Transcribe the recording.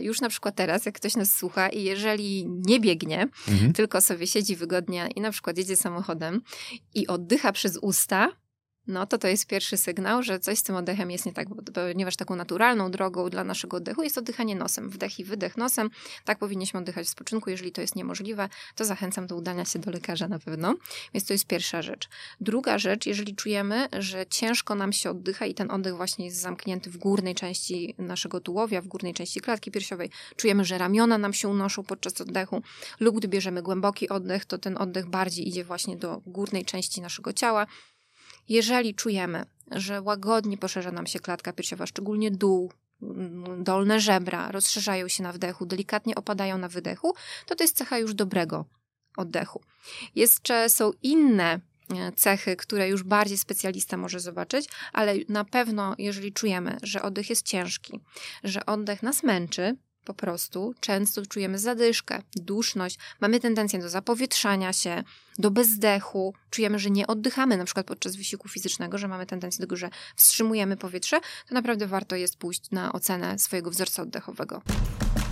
już na przykład teraz, jak ktoś nas słucha i jeżeli nie biegnie, tylko sobie siedzi wygodnie i na przykład jedzie samochodem i oddycha przez usta, no to jest pierwszy sygnał, że coś z tym oddechem jest nie tak, ponieważ taką naturalną drogą dla naszego oddechu jest oddychanie nosem. Wdech i wydech nosem. Tak powinniśmy oddychać w spoczynku. Jeżeli to jest niemożliwe, to zachęcam do udania się do lekarza na pewno. Więc to jest pierwsza rzecz. Druga rzecz, jeżeli czujemy, że ciężko nam się oddycha i ten oddech właśnie jest zamknięty w górnej części naszego tułowia, w górnej części klatki piersiowej, czujemy, że ramiona nam się unoszą podczas oddechu lub gdy bierzemy głęboki oddech, to ten oddech bardziej idzie właśnie do górnej części naszego ciała. Jeżeli czujemy, że łagodnie poszerza nam się klatka piersiowa, szczególnie dół, dolne żebra rozszerzają się na wdechu, delikatnie opadają na wydechu, to jest cecha już dobrego oddechu. Jeszcze są inne cechy, które już bardziej specjalista może zobaczyć, ale na pewno jeżeli czujemy, że oddech jest ciężki, że oddech nas męczy, po prostu często czujemy zadyszkę, duszność, mamy tendencję do zapowietrzania się, do bezdechu, czujemy, że nie oddychamy na przykład podczas wysiłku fizycznego, że mamy tendencję do tego, że wstrzymujemy powietrze, to naprawdę warto jest pójść na ocenę swojego wzorca oddechowego.